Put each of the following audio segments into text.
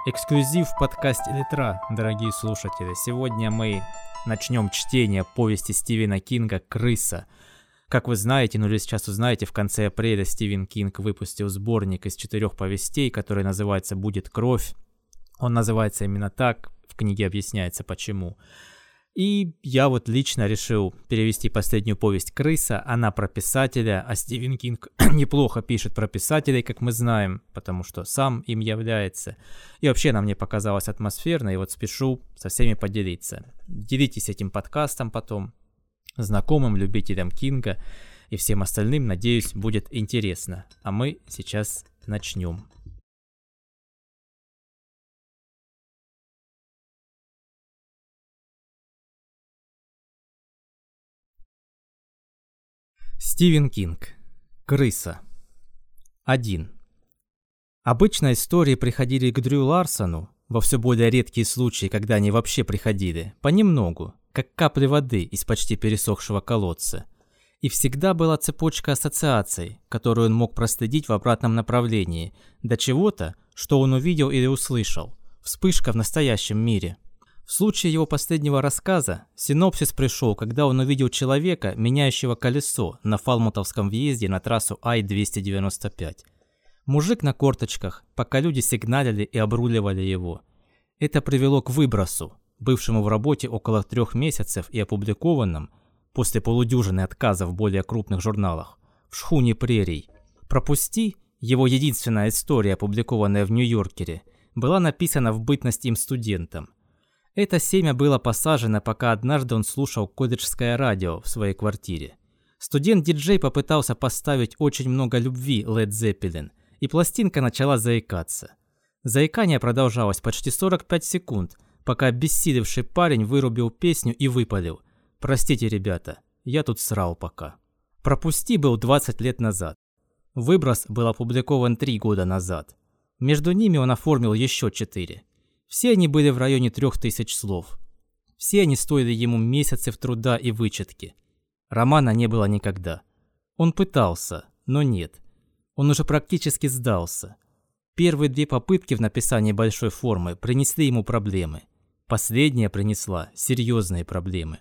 Эксклюзив в подкасте «Литра», дорогие слушатели. Сегодня мы начнем чтение повести Стивена Кинга «Крыса». Как вы знаете, или сейчас узнаете, в конце апреля Стивен Кинг выпустил сборник из 4 повестей, который называется «Будет кровь». Он называется именно так, в книге объясняется почему. И я лично решил перевести последнюю повесть «Крыса». Она про писателя, а Стивен Кинг неплохо пишет про писателей, как мы знаем, потому что сам им является. И вообще она мне показалась атмосферной, и спешу со всеми поделиться. Делитесь этим подкастом потом знакомым, любителям Кинга и всем остальным, надеюсь, будет интересно. А мы сейчас начнем. Стивен Кинг. Крыса. 1. Обычно истории приходили к Дрю Ларсону, во все более редкие случаи, когда они вообще приходили, понемногу, как капли воды из почти пересохшего колодца. И всегда была цепочка ассоциаций, которую он мог проследить в обратном направлении, до чего-то, что он увидел или услышал. Вспышка в настоящем мире. В случае его последнего рассказа синопсис пришел, когда он увидел человека, меняющего колесо на Фалмутовском въезде на трассу Ай-295. Мужик на корточках, пока люди сигналили и обруливали его. Это привело к выбросу, бывшему в работе около 3 месяцев и опубликованном, после полудюжины отказов в более крупных журналах, в «Шхуне прерий». «Пропусти», его единственная история, опубликованная в Нью-Йоркере, была написана в бытность им студентом. Это семя было посажено, пока однажды он слушал колледжское радио в своей квартире. Студент-диджей попытался поставить очень много любви Led Zeppelin, и пластинка начала заикаться. Заикание продолжалось почти 45 секунд, пока обессилевший парень вырубил песню и выпалил: «Простите, ребята, я тут срал пока». «Пропусти» был 20 лет назад. «Выброс» был опубликован 3 года назад. Между ними он оформил еще 4. Все они были в районе 3000 слов. Все они стоили ему месяцев труда и вычетки. Романа не было никогда. Он пытался, но нет. Он уже практически сдался. Первые 2 попытки в написании большой формы принесли ему проблемы. Последняя принесла серьезные проблемы.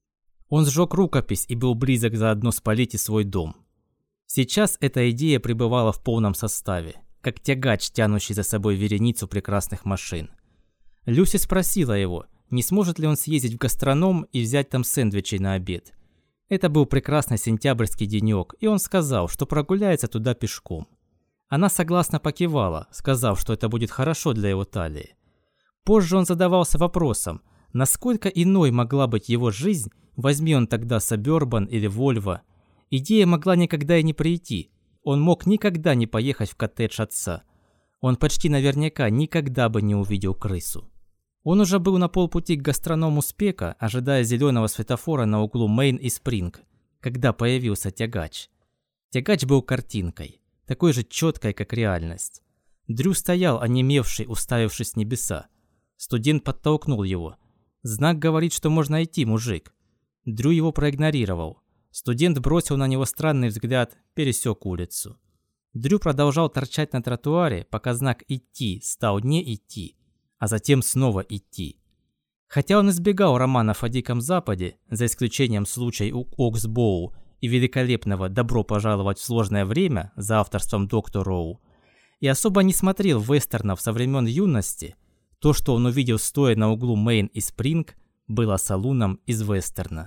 Он сжег рукопись и был близок заодно спалить и свой дом. Сейчас эта идея пребывала в полном составе, как тягач, тянущий за собой вереницу прекрасных машин. Люси спросила его, не сможет ли он съездить в гастроном и взять там сэндвичей на обед. Это был прекрасный сентябрьский денек, и он сказал, что прогуляется туда пешком. Она согласно покивала, сказав, что это будет хорошо для его талии. Позже он задавался вопросом, насколько иной могла быть его жизнь, возьми он тогда Suburban или Volvo. Идея могла никогда и не прийти. Он мог никогда не поехать в коттедж отца. Он почти наверняка никогда бы не увидел крысу. Он уже был на полпути к гастроному Спека, ожидая зеленого светофора на углу Мейн и Спринг, когда появился тягач. Тягач был картинкой, такой же четкой, как реальность. Дрю стоял, онемевший, уставившись в небеса. Студент подтолкнул его. «Знак говорит, что можно идти, мужик». Дрю его проигнорировал. Студент бросил на него странный взгляд, пересек улицу. Дрю продолжал торчать на тротуаре, пока знак «Идти» стал «Не идти», а затем снова «Идти». Хотя он избегал романов о Диком Западе, за исключением случая у Оксбоу и великолепного «Добро пожаловать в сложное время» за авторством Доктора Роу, и особо не смотрел вестернов со времен юности, то, что он увидел стоя на углу Мейн и Спринг, было салуном из вестерна.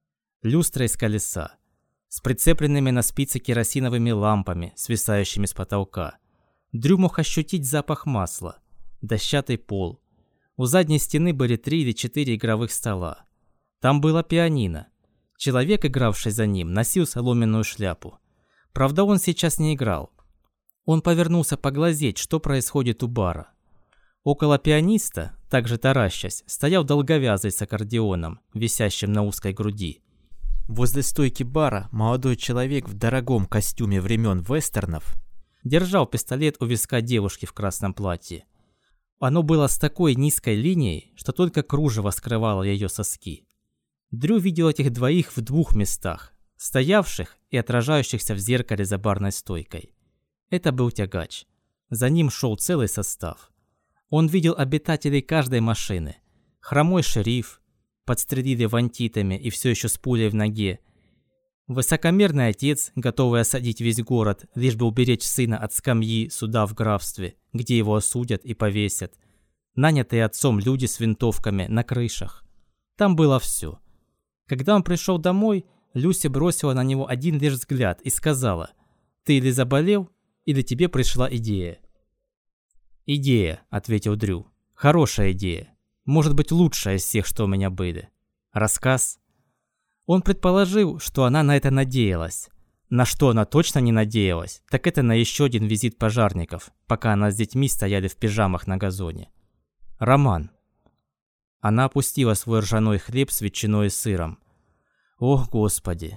Люстра из колеса, с прицепленными на спицы керосиновыми лампами, свисающими с потолка. Дрю мог ощутить запах масла, дощатый пол. У задней стены были 3 или 4 игровых стола. Там было пианино. Человек, игравший за ним, носил соломенную шляпу. Правда, он сейчас не играл. Он повернулся поглазеть, что происходит у бара. Около пианиста, также таращась, стоял долговязый с аккордеоном, висящим на узкой груди. Возле стойки бара молодой человек в дорогом костюме времен вестернов держал пистолет у виска девушки в красном платье. Оно было с такой низкой линией, что только кружево скрывало ее соски. Дрю видел этих двоих в 2 местах, стоявших и отражающихся в зеркале за барной стойкой. Это был тягач. За ним шел целый состав. Он видел обитателей каждой машины. Хромой шериф, подстрелили вантитами и все еще с пулей в ноге. Высокомерный отец, готовый осадить весь город, лишь бы уберечь сына от скамьи суда в графстве, где его осудят и повесят. Нанятые отцом люди с винтовками на крышах. Там было все. Когда он пришел домой, Люси бросила на него один лишь взгляд и сказала: «Ты или заболел, или тебе пришла идея». «Идея», — ответил Дрю. «Хорошая идея. Может быть, лучшая из всех, что у меня были. Рассказ?» Он предположил, что она на это надеялась. На что она точно не надеялась, так это на еще один визит пожарников, пока она с детьми стояли в пижамах на газоне. Роман. Она опустила свой ржаной хлеб с ветчиной и сыром. Ох, Господи.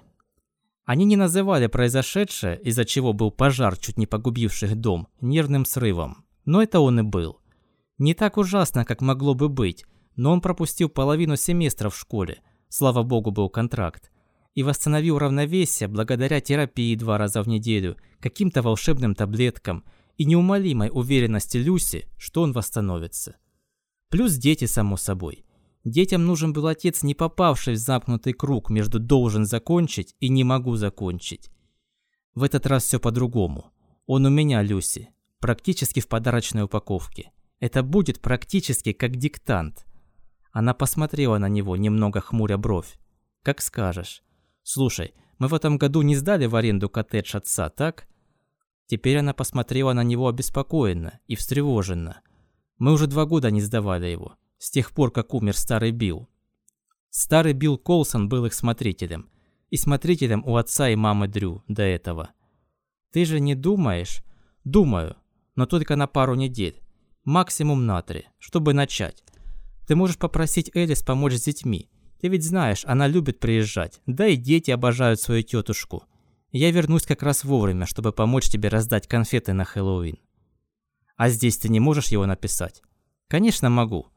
Они не называли произошедшее, из-за чего был пожар, чуть не погубивший дом, нервным срывом. Но это он и был. Не так ужасно, как могло бы быть, но он пропустил половину семестра в школе, слава богу, был контракт, и восстановил равновесие благодаря терапии 2 раза в неделю, каким-то волшебным таблеткам и неумолимой уверенности Люси, что он восстановится. Плюс дети, само собой. Детям нужен был отец, не попавший в замкнутый круг между «должен закончить» и «не могу закончить». В этот раз все по-другому. Он у меня, Люси, практически в подарочной упаковке. Это будет практически как диктант. Она посмотрела на него, немного хмуря бровь. «Как скажешь. Слушай, мы в этом году не сдали в аренду коттедж отца, так?» Теперь она посмотрела на него обеспокоенно и встревоженно. «Мы уже 2 года не сдавали его, с тех пор, как умер старый Билл». Старый Билл Колсон был их смотрителем. И смотрителем у отца и мамы Дрю до этого. «Ты же не думаешь?» «Думаю, но только на пару недель. Максимум на 3, чтобы начать. Ты можешь попросить Элис помочь с детьми. Ты ведь знаешь, она любит приезжать. Да и дети обожают свою тетушку. Я вернусь как раз вовремя, чтобы помочь тебе раздать конфеты на Хэллоуин». «А здесь ты не можешь его написать?» «Конечно могу.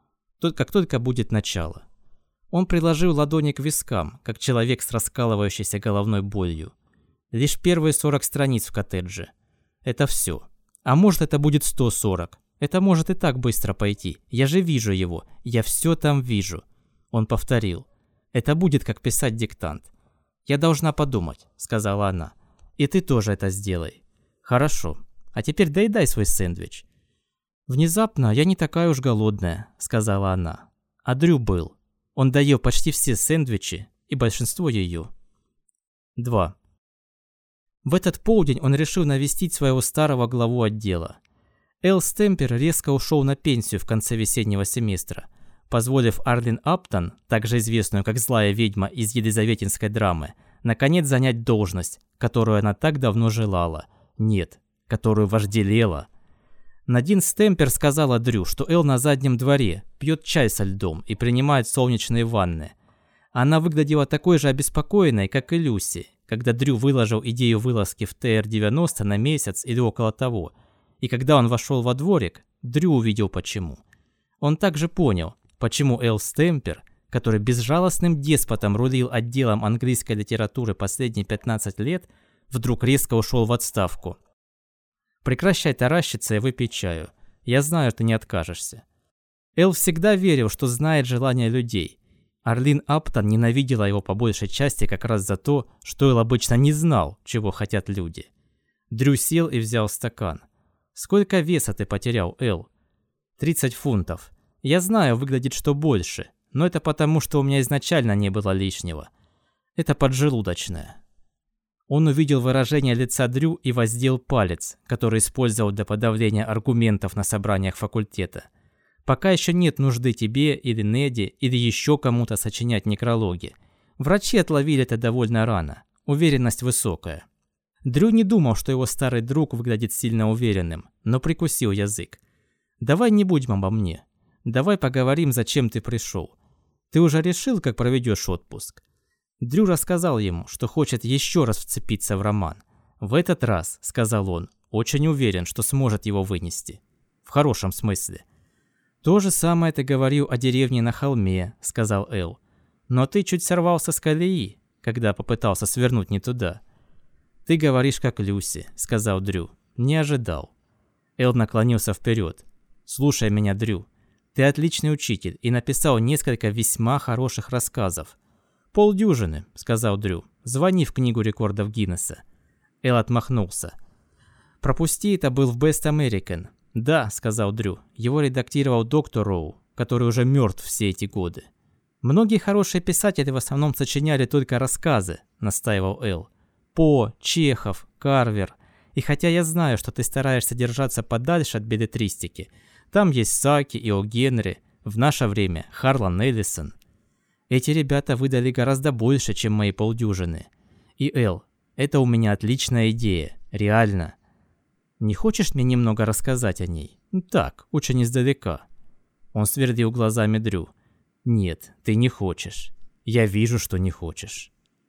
Как только будет начало». Он приложил ладони к вискам, как человек с раскалывающейся головной болью. Лишь первые 40 страниц в коттедже. Это все. А может, это будет 140. Это может и так быстро пойти. Я же вижу его. Я все там вижу. Он повторил. Это будет как писать диктант. «Я должна подумать», — сказала она. «И ты тоже это сделай». «Хорошо. А теперь доедай свой сэндвич». «Внезапно я не такая уж голодная», — сказала она. А Дрю был. Он доел почти все сэндвичи и большинство ее. 2. В этот полдень он решил навестить своего старого главу отдела. Эл Стемпер резко ушел на пенсию в конце весеннего семестра, позволив Арлин Аптон, также известную как злая ведьма из елизаветинской драмы, наконец занять должность, которую она так давно желала. Нет, которую вожделела. Надин Стемпер сказала Дрю, что Эл на заднем дворе пьет чай со льдом и принимает солнечные ванны. Она выглядела такой же обеспокоенной, как и Люси, когда Дрю выложил идею вылазки в ТР-90 на месяц или около того. И когда он вошел во дворик, Дрю увидел почему. Он также понял, почему Эл Стемпер, который безжалостным деспотом рулил отделом английской литературы последние 15 лет, вдруг резко ушел в отставку. «Прекращай таращиться и выпей чаю. Я знаю, ты не откажешься». Эл всегда верил, что знает желания людей. Арлин Аптон ненавидела его по большей части как раз за то, что Эл обычно не знал, чего хотят люди. Дрю сел и взял стакан. «Сколько веса ты потерял, Эл?» 30 фунтов. Я знаю, выглядит что больше, но это потому, что у меня изначально не было лишнего. Это поджелудочное». Он увидел выражение лица Дрю и воздел палец, который использовал для подавления аргументов на собраниях факультета. «Пока еще нет нужды тебе или Неди или еще кому-то сочинять некрологи. Врачи отловили это довольно рано. Уверенность высокая». Дрю не думал, что его старый друг выглядит сильно уверенным, но прикусил язык. «Давай не будем обо мне. Давай поговорим, зачем ты пришел. Ты уже решил, как проведешь отпуск?» Дрю рассказал ему, что хочет еще раз вцепиться в роман. «В этот раз, — сказал он, — очень уверен, что сможет его вынести. В хорошем смысле». «То же самое ты говорил о деревне на холме, — сказал Эл. Но ты чуть сорвался с колеи, когда попытался свернуть не туда». «Ты говоришь, как Люси, — сказал Дрю. Не ожидал». Эл наклонился вперед. Слушай меня, Дрю. Ты отличный учитель и написал несколько весьма хороших рассказов. «Полдюжины», — сказал Дрю. «Звони в книгу рекордов Гиннесса». Эл отмахнулся. «Пропусти, это был в Best American». «Да», — сказал Дрю. «Его редактировал доктор Роу, который уже мертв все эти годы». «Многие хорошие писатели в основном сочиняли только рассказы», — настаивал Эл. «По, Чехов, Карвер. И хотя я знаю, что ты стараешься держаться подальше от беллетристики, там есть Саки и О. Генри, в наше время Харлан Эллисон. Эти ребята выдали гораздо больше, чем мои полдюжины. И, Эл, это у меня отличная идея, реально. Не хочешь мне немного рассказать о ней? Так, очень издалека». Он свердил глазами Дрю. «Нет, ты не хочешь. Я вижу, что не хочешь».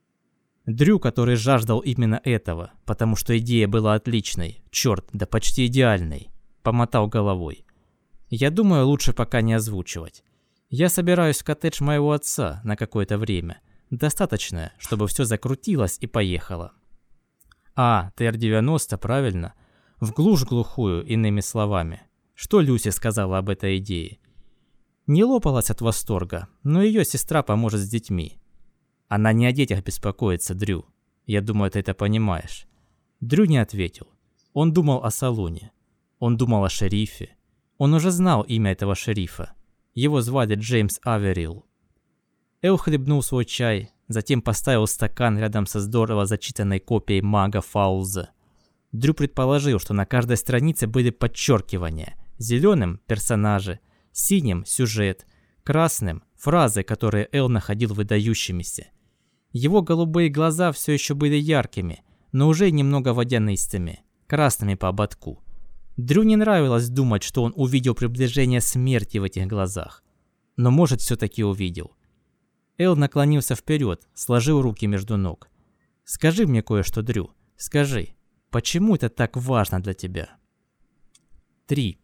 Дрю, который жаждал именно этого, потому что идея была отличной, черт, да почти идеальной, помотал головой. «Я думаю, лучше пока не озвучивать. Я собираюсь в коттедж моего отца на какое-то время. Достаточно, чтобы все закрутилось и поехало». «А, ТР-90, правильно? В глушь глухую, иными словами. Что Люси сказала об этой идее?» Не лопалась от восторга, но ее сестра поможет с детьми. Она не о детях беспокоится, Дрю. Я думаю, ты это понимаешь. Дрю не ответил. Он думал о салоне. Он думал о шерифе. Он уже знал имя этого шерифа. Его звали Джеймс Аверилл. Эл хлебнул свой чай, затем поставил стакан рядом со здорово зачитанной копией мага Фаулза. Дрю предположил, что на каждой странице были подчеркивания. Зеленым – персонажи, синим – сюжет, красным – фразы, которые Эл находил выдающимися. Его голубые глаза все еще были яркими, но уже немного водянистыми, красными по ободку. Дрю не нравилось думать, что он увидел приближение смерти в этих глазах. Но, может, все-таки увидел. Эл наклонился вперед, сложил руки между ног. «Скажи мне кое-что, Дрю. Скажи, почему это так важно для тебя?» 3.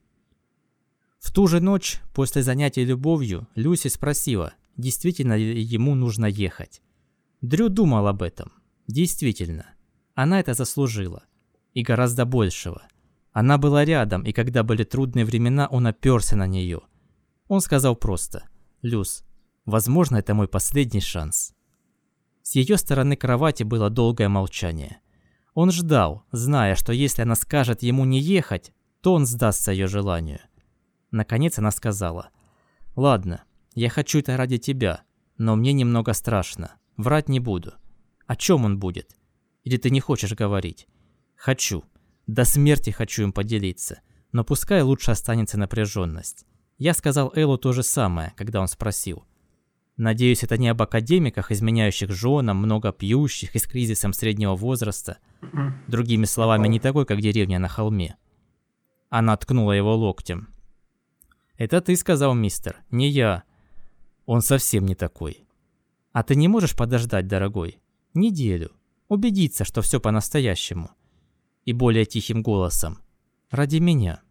В ту же ночь, после занятий любовью, Люси спросила, действительно ли ему нужно ехать. Дрю думал об этом. Действительно. Она это заслужила. И гораздо большего. Она была рядом, и когда были трудные времена, он оперся на нее. Он сказал просто: «Люс, возможно, это мой последний шанс». С ее стороны кровати было долгое молчание. Он ждал, зная, что если она скажет ему не ехать, то он сдастся ее желанию. Наконец она сказала: «Ладно, я хочу это ради тебя, но мне немного страшно. Врать не буду. О чем он будет? Или ты не хочешь говорить?» «Хочу. До смерти хочу им поделиться. Но пускай лучше останется напряженность». Я сказал Эллу то же самое, когда он спросил: «Надеюсь, это не об академиках, изменяющих женам, много пьющих и с кризисом среднего возраста. Другими словами, не такой, как деревня на холме». Она ткнула его локтем. «Это ты сказал, мистер, не я. Он совсем не такой. А ты не можешь подождать, дорогой? Неделю. Убедиться, что все по-настоящему». И более тихим голосом: «Ради меня».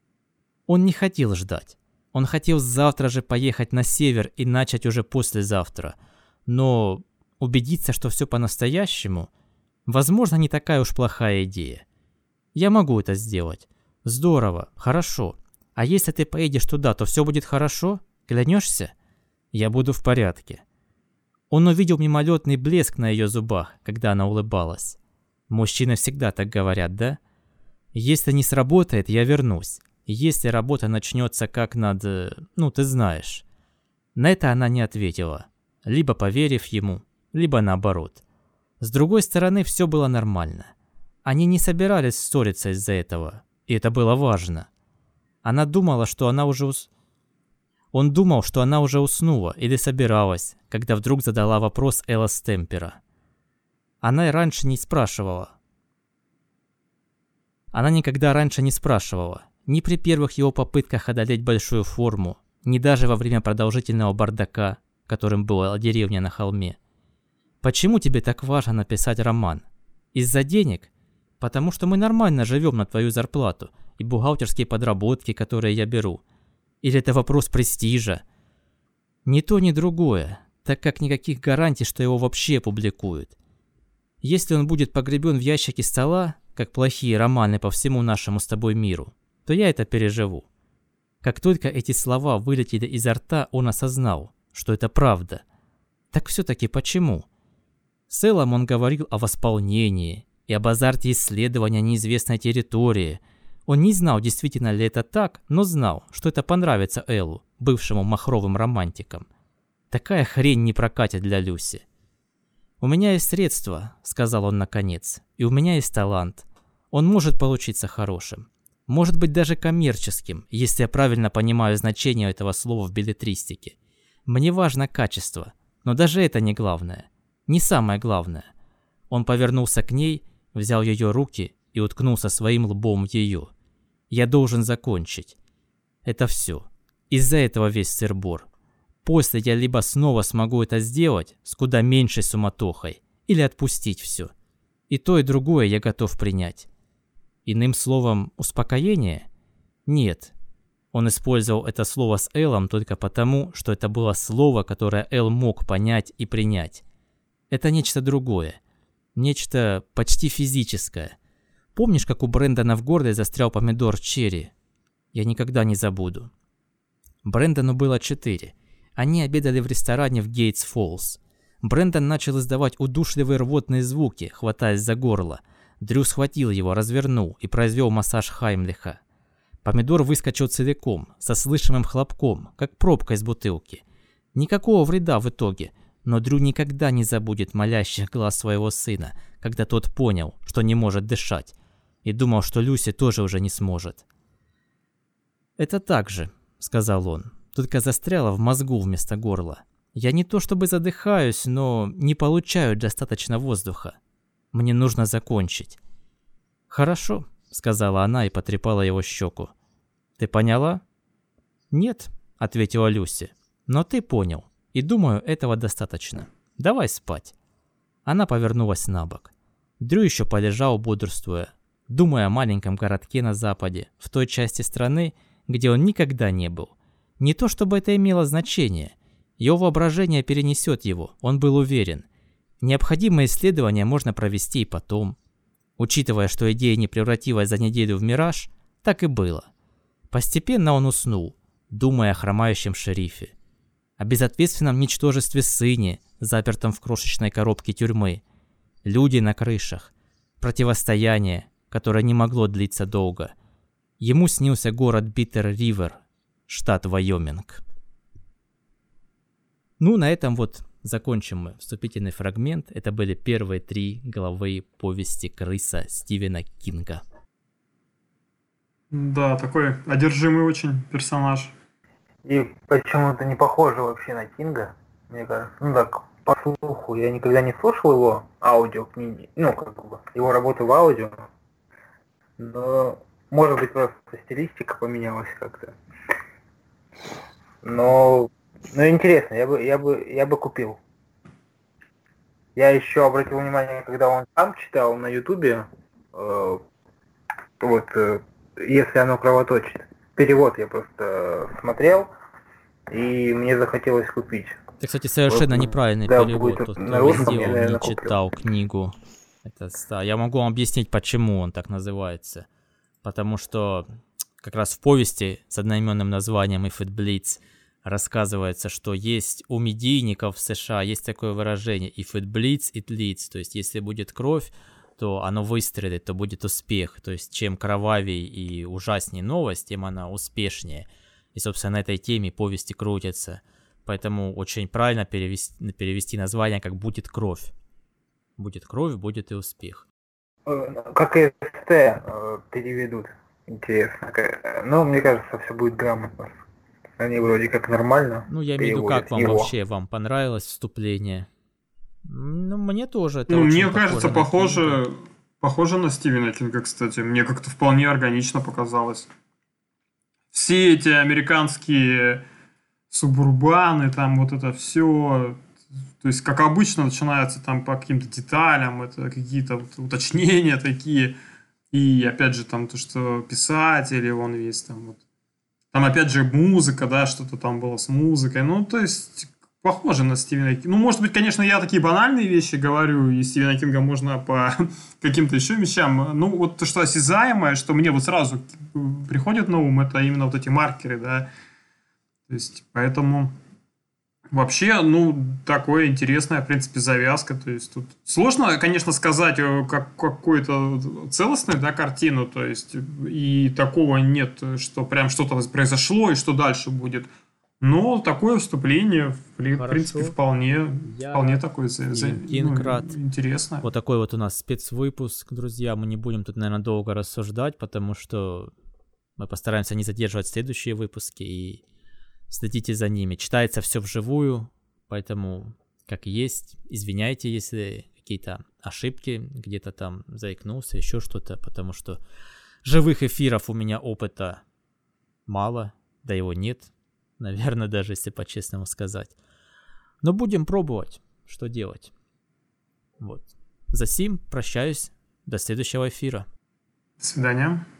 Он не хотел ждать. Он хотел завтра же поехать на север и начать уже послезавтра. Но убедиться, что все по-настоящему, возможно, не такая уж плохая идея. Я могу это сделать. Здорово, хорошо. А если ты поедешь туда, то все будет хорошо? Клянешься? Я буду в порядке. Он увидел мимолетный блеск на ее зубах, когда она улыбалась. Мужчины всегда так говорят, да? Если не сработает, я вернусь. Если работа начнется как надо, ты знаешь. На это она не ответила, либо поверив ему, либо наоборот. С другой стороны, все было нормально. Они не собирались ссориться из-за этого, и это было важно. Она думала, что она уже Он думал, что она уже уснула или собиралась, когда вдруг задала вопрос Элла Стемпера. Она и раньше не спрашивала. Она никогда раньше не спрашивала. Ни при первых его попытках одолеть большую форму, ни даже во время продолжительного бардака, которым была деревня на холме. «Почему тебе так важно написать роман? Из-за денег? Потому что мы нормально живем на твою зарплату и бухгалтерские подработки, которые я беру. Или это вопрос престижа?» Ни то, ни другое, так как никаких гарантий, что его вообще публикуют. Если он будет погребен в ящике стола, как плохие романы по всему нашему с тобой миру, то я это переживу. Как только эти слова вылетели изо рта, он осознал, что это правда. Так все-таки почему? С Эллом он говорил о восполнении и об азарте исследования неизвестной территории. Он не знал, действительно ли это так, но знал, что это понравится Эллу, бывшему махровым романтикам. Такая хрень не прокатит для Люси. «У меня есть средства», — сказал он наконец, — «и у меня есть талант. Он может получиться хорошим. Может быть даже коммерческим, если я правильно понимаю значение этого слова в беллетристике. Мне важно качество, но даже это не главное. Не самое главное». Он повернулся к ней, взял ее руки и уткнулся своим лбом в ее. «Я должен закончить. Это все. Из-за этого весь сыр-бор. После я либо снова смогу это сделать с куда меньшей суматохой, или отпустить все. И то, и другое я готов принять. Иным словом, успокоение? Нет. Он использовал это слово с Эллом только потому, что это было слово, которое Эл мог понять и принять. Это нечто другое. Нечто почти физическое. Помнишь, как у Брэндона в горле застрял помидор черри? Я никогда не забуду. Брэндону было 4. Они обедали в ресторане в Гейтс-Фоллс. Брэндон начал издавать удушливые рвотные звуки, хватаясь за горло. Дрю схватил его, развернул и произвел массаж Хаймлиха. Помидор выскочил целиком, со слышимым хлопком, как пробка из бутылки. Никакого вреда в итоге, но Дрю никогда не забудет молящих глаз своего сына, когда тот понял, что не может дышать, и думал, что Люси тоже уже не сможет. «Это так же», — сказал он. Только застряло в мозгу вместо горла. Я не то чтобы задыхаюсь, но не получаю достаточно воздуха. Мне нужно закончить. «Хорошо», — сказала она и потрепала его щеку. «Ты поняла?» «Нет», — ответила Люси. «Но ты понял, и думаю, этого достаточно. Давай спать». Она повернулась на бок. Дрю еще полежал, бодрствуя, думая о маленьком городке на западе, в той части страны, где он никогда не был. Не то чтобы это имело значение. Его воображение перенесет его, он был уверен. Необходимые исследования можно провести и потом. Учитывая, что идея не превратилась за неделю в мираж, так и было. Постепенно он уснул, думая о хромающем шерифе. О безответственном ничтожестве сыне, запертом в крошечной коробке тюрьмы. Люди на крышах. Противостояние, которое не могло длиться долго. Ему снился город Биттер-Ривер, штат Вайоминг. Ну, на этом вот закончим мы вступительный фрагмент. Это были первые 3 главы повести «Крыса» Стивена Кинга. Да, такой одержимый очень персонаж. И почему-то не похоже вообще на Кинга, мне кажется. Ну так, по слуху, я никогда не слушал его аудиокниги, ну, как бы, его работы в аудио. Но, может быть, просто стилистика поменялась как-то. Но интересно, я бы купил. Я еще обратил внимание, когда он сам читал на Ютубе, если оно кровоточит. Перевод я просто смотрел, и мне захотелось купить. Это, кстати, совершенно неправильный перевод. Тот, кто его сделал, не читал книгу. Я могу вам объяснить, почему он так называется. Потому что как раз в повести с одноименным названием «If it bleeds» рассказывается, что есть у медийников в США есть такое выражение «If it bleeds, it leads». То есть, если будет кровь, то оно выстрелит, то будет успех. То есть, чем кровавее и ужаснее новость, тем она успешнее. И, собственно, на этой теме повести крутятся. Поэтому очень правильно перевести название как «Будет кровь». Будет кровь, будет и успех. Как и СТ переведут. Интересно. Но мне кажется, все будет грамотно. Они вроде как нормально. Ну, я имею в виду, как вам его. Вообще, вам понравилось вступление? Ну, мне тоже это очень мне кажется, похоже на Стивена Кинга, кстати. Мне как-то вполне органично показалось. Все эти американские субурбаны, там вот это все. То есть, как обычно, начинается там по каким-то деталям, это какие-то вот уточнения такие. И опять же, там то, что писатели, он весь там вот. Там опять же музыка, да, что-то там было с музыкой. Ну, то есть, похоже на Стивена Кинга. Ну, может быть, конечно, я такие банальные вещи говорю, и Стивена Кинга можно по каким-то еще вещам. Ну, вот то, что осязаемое, что мне вот сразу приходит на ум, это именно вот эти маркеры, да. То есть, поэтому вообще, ну, такое интересная, в принципе, завязка. То есть, тут сложно, конечно, сказать как какую-то целостную, да, картину, то есть, и такого нет, что прям что-то произошло, и что дальше будет. Но такое вступление, в принципе, вполне такое интересное. Вот такой вот у нас спецвыпуск, друзья. Мы не будем тут, наверное, долго рассуждать, потому что мы постараемся не задерживать следующие выпуски и следите за ними. Читается все вживую, поэтому, как есть, извиняйте, если какие-то ошибки, где-то там заикнулся, еще что-то, потому что живых эфиров у меня опыта мало, да его нет. Наверное, даже если по-честному сказать. Но будем пробовать, что делать. Вот. За сим прощаюсь. До следующего эфира. До свидания.